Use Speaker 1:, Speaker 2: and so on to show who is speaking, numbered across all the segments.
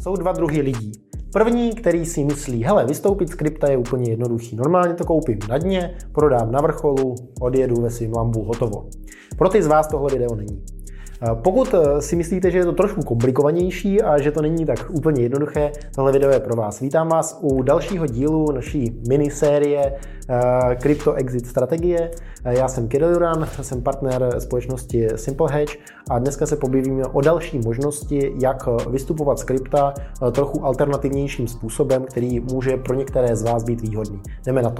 Speaker 1: Jsou dva druhy lidí. První, který si myslí, hele, vystoupit z krypta je úplně jednoduchý. Normálně to koupím na dně, prodám na vrcholu, odjedu ve svým Lambu, hotovo. Pro ty z vás tohle video není. Pokud si myslíte, že je to trošku komplikovanější a že to není tak úplně jednoduché, tohle video je pro vás. Vítám vás u dalšího dílu naší minisérie Crypto Exit strategie. Já jsem Kirill Juran, jsem partner společnosti Simple Hedge a dneska se pobavíme o další možnosti, jak vystupovat z krypta trochu alternativnějším způsobem, který může pro některé z vás být výhodný. Jdeme na to.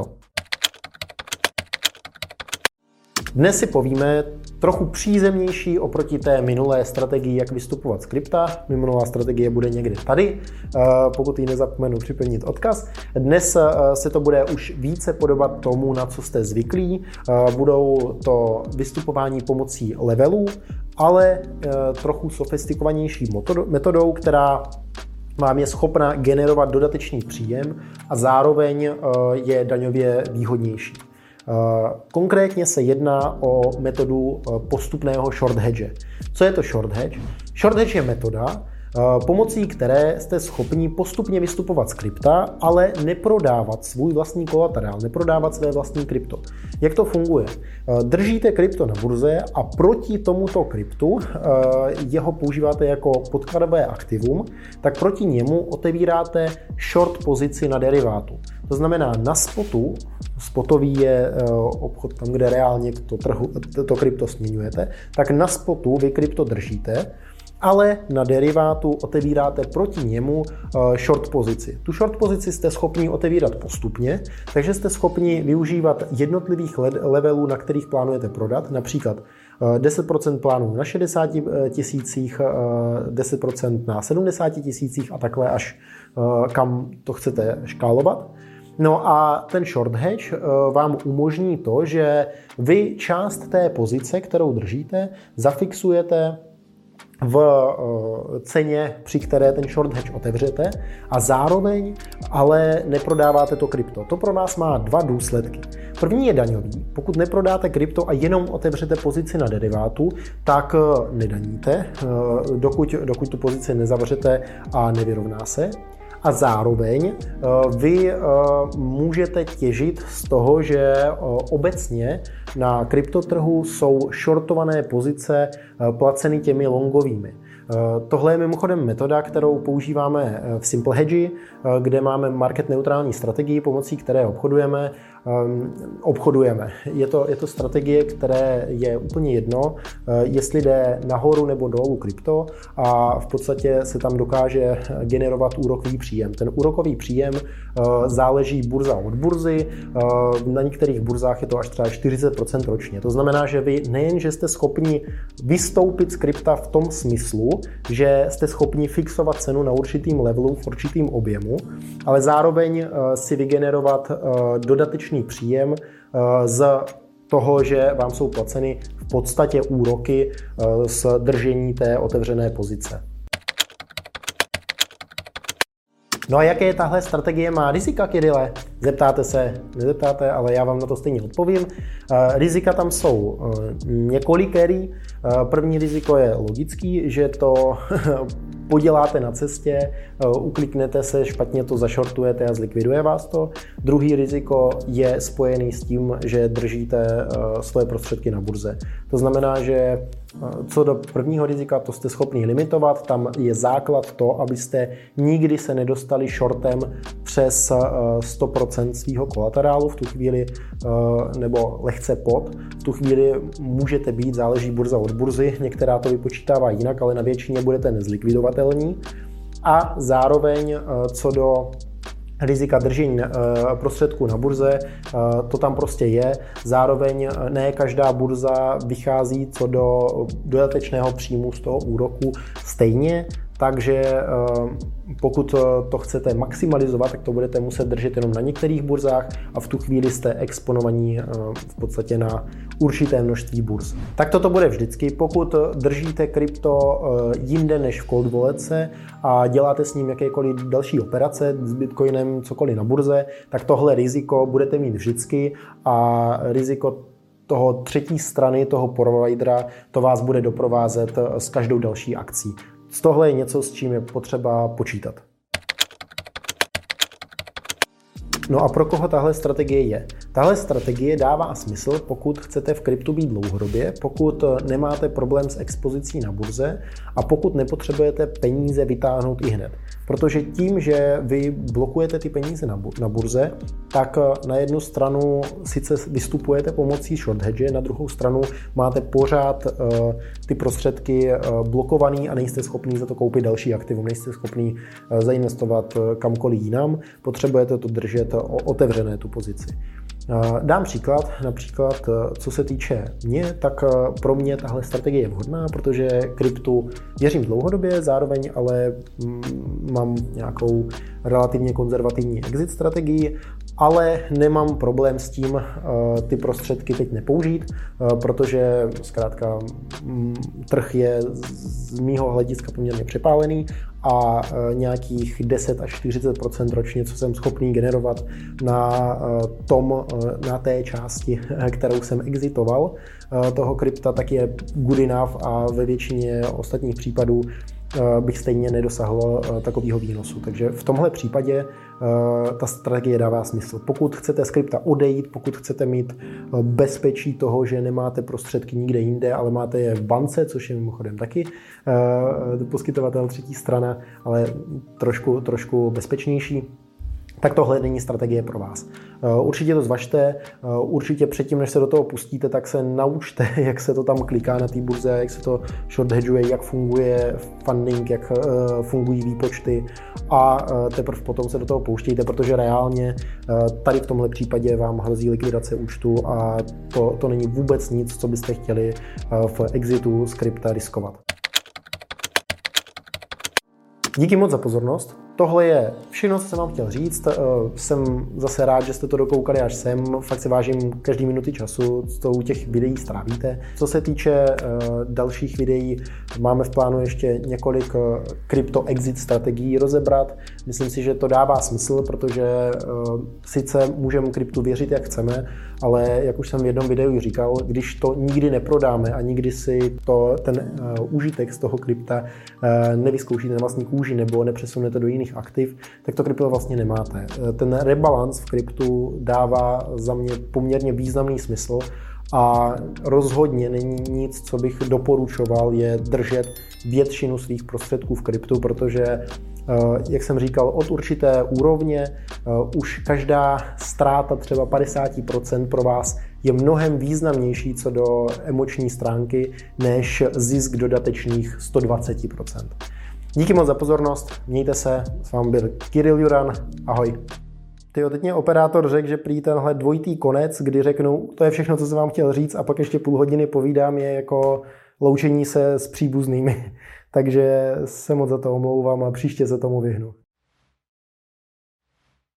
Speaker 1: Dnes si povíme trochu přízemnější oproti té minulé strategii, jak vystupovat z krypta. Minulá strategie bude někde tady, pokud ji nezapomenu připlnit odkaz. Dnes se to bude už více podobat tomu, na co jste zvyklí. Budou to vystupování pomocí levelů, ale trochu sofistikovanější metodou, která vám je schopna generovat dodatečný příjem a zároveň je daňově výhodnější. Konkrétně se jedná o metodu postupného short hedge. Co je to short hedge? Short hedge je metoda, pomocí které jste schopni postupně vystupovat z krypta, ale neprodávat svůj vlastní kolaterál, neprodávat své vlastní krypto. Jak to funguje? Držíte krypto na burze a proti tomuto kryptu jeho používáte jako podkladové aktivum, tak proti němu otevíráte short pozici na derivátu. To znamená na spotu, spotový je obchod tam, kde reálně to krypto směňujete, tak na spotu vy krypto držíte, ale na derivátu otevíráte proti němu short pozici. Tu short pozici jste schopni otevírat postupně, takže jste schopni využívat jednotlivých levelů, na kterých plánujete prodat, například 10% plánů na 60 tisících, 10% na 70 tisících a takhle až kam to chcete škálovat. No a ten short hedge vám umožní to, že vy část té pozice, kterou držíte, zafixujete v ceně, při které ten short hedge otevřete a zároveň ale neprodáváte to krypto. To pro vás má dva důsledky. První je daňový. Pokud neprodáte krypto a jenom otevřete pozici na derivátu, tak nedaníte, dokud tu pozici nezavřete a nevyrovná se. A zároveň vy můžete těžit z toho, že obecně na kryptotrhu jsou shortované pozice placeny těmi longovými. Tohle je mimochodem metoda, kterou používáme v Simple Hedge, kde máme market neutrální strategii, pomocí které obchodujeme. Je to strategie, které je úplně jedno, jestli jde nahoru nebo dolů krypto a v podstatě se tam dokáže generovat úrokový příjem. Ten úrokový příjem záleží burza od burzy, na některých burzách je to až třeba 40% ročně. To znamená, že vy nejen, že jste schopni vystoupit z krypta v tom smyslu, že jste schopni fixovat cenu na určitým levelu v určitým objemu, ale zároveň si vygenerovat dodatečný příjem z toho, že vám jsou placeny v podstatě úroky z držení té otevřené pozice. No a jaké tahle strategie má rizika, Kirille? Zeptáte se, nezeptáte, ale já vám na to stejně odpovím. Rizika tam jsou několikérý. První riziko je logický, že to poděláte na cestě, ukliknete se, špatně to zašortujete a zlikviduje vás to. Druhý riziko je spojený s tím, že držíte svoje prostředky na burze. To znamená, že co do prvního rizika, to jste schopni limitovat, tam je základ to, abyste nikdy se nedostali shortem přes 100% svého kolaterálu v tu chvíli, nebo lehce pod. V tu chvíli můžete být, záleží burza od burzy, některá to vypočítává jinak, ale na většině budete nezlikvidovatelní. A zároveň co do rizika držení prostředků na burze, to tam prostě je. Zároveň ne každá burza vychází co do dodatečného příjmu z toho úroku stejně, takže pokud to chcete maximalizovat, tak to budete muset držet jenom na některých burzách a v tu chvíli jste exponovaní v podstatě na určité množství burz. Tak toto bude vždycky. Pokud držíte krypto jinde než v cold walletce a děláte s ním jakékoliv další operace s Bitcoinem, cokoliv na burze, tak tohle riziko budete mít vždycky a riziko toho třetí strany, toho providera, to vás bude doprovázet s každou další akcí. tohle je něco, s čím je potřeba počítat. No a pro koho tahle strategie je? Tahle strategie dává smysl, pokud chcete v kryptu být dlouhodobě, pokud nemáte problém s expozicí na burze a pokud nepotřebujete peníze vytáhnout ihned. Protože tím, že vy blokujete ty peníze na burze, tak na jednu stranu sice vystupujete pomocí short hedge, na druhou stranu máte pořád ty prostředky blokovaný a nejste schopný za to koupit další aktivum, nejste schopný zainvestovat kamkoliv jinam, potřebujete to držet otevřené tu pozici. Dám příklad, například co se týče mě, tak pro mě tahle strategie je vhodná, protože kryptu věřím dlouhodobě, zároveň ale mám nějakou relativně konzervativní exit strategii, ale nemám problém s tím ty prostředky teď nepoužít, protože zkrátka trh je z mýho hlediska poměrně přepálený a nějakých 10 až 40% ročně, co jsem schopný generovat na té části, kterou jsem exitoval toho krypta, tak je good enough a ve většině ostatních případů bych stejně nedosahoval takového výnosu. Takže v tomhle případě ta strategie dává smysl. Pokud chcete z krypta odejít, pokud chcete mít bezpečí toho, že nemáte prostředky nikde jinde, ale máte je v bance, což je mimochodem taky poskytovatel třetí strana, ale trošku bezpečnější, tak tohle není strategie pro vás. Určitě to zvažte, určitě předtím, než se do toho pustíte, tak se naučte, jak se to tam kliká na té burze, jak se to short hedgeuje, jak funguje funding, jak fungují výpočty a teprve potom se do toho pouštějte, protože reálně tady v tomhle případě vám hrozí likvidace účtu a to není vůbec nic, co byste chtěli v exitu z krypta riskovat. Díky moc za pozornost. Tohle je všechno, co jsem vám chtěl říct. Jsem zase rád, že jste to dokoukali až sem. Fakt si vážím každý minuty času, co u těch videí strávíte. Co se týče dalších videí, máme v plánu ještě několik krypto exit strategií rozebrat. Myslím si, že to dává smysl, protože sice můžeme kryptu věřit, jak chceme, ale jak už jsem v jednom videu říkal, když to nikdy neprodáme a nikdy si ten užitek z toho krypta nevyzkoušíte na vlastní kůži nebo nepřesunete do jiných aktiv, tak to krypto vlastně nemáte. Ten rebalance v kryptu dává za mě poměrně významný smysl a rozhodně není nic, co bych doporučoval, je držet většinu svých prostředků v kryptu, protože jak jsem říkal, od určité úrovně už každá ztráta třeba 50% pro vás je mnohem významnější co do emoční stránky než zisk dodatečných 120%. Díky moc za pozornost, mějte se, s vámi byl Kirill Juran, ahoj. Tyjo, teď mě operátor řekl, že prý tenhle dvojitý konec, kdy řeknu, to je všechno, co jsem vám chtěl říct a pak ještě půl hodiny povídám, je jako loučení se s příbuznými. Takže se moc za to omlouvám a příště se tomu vyhnu.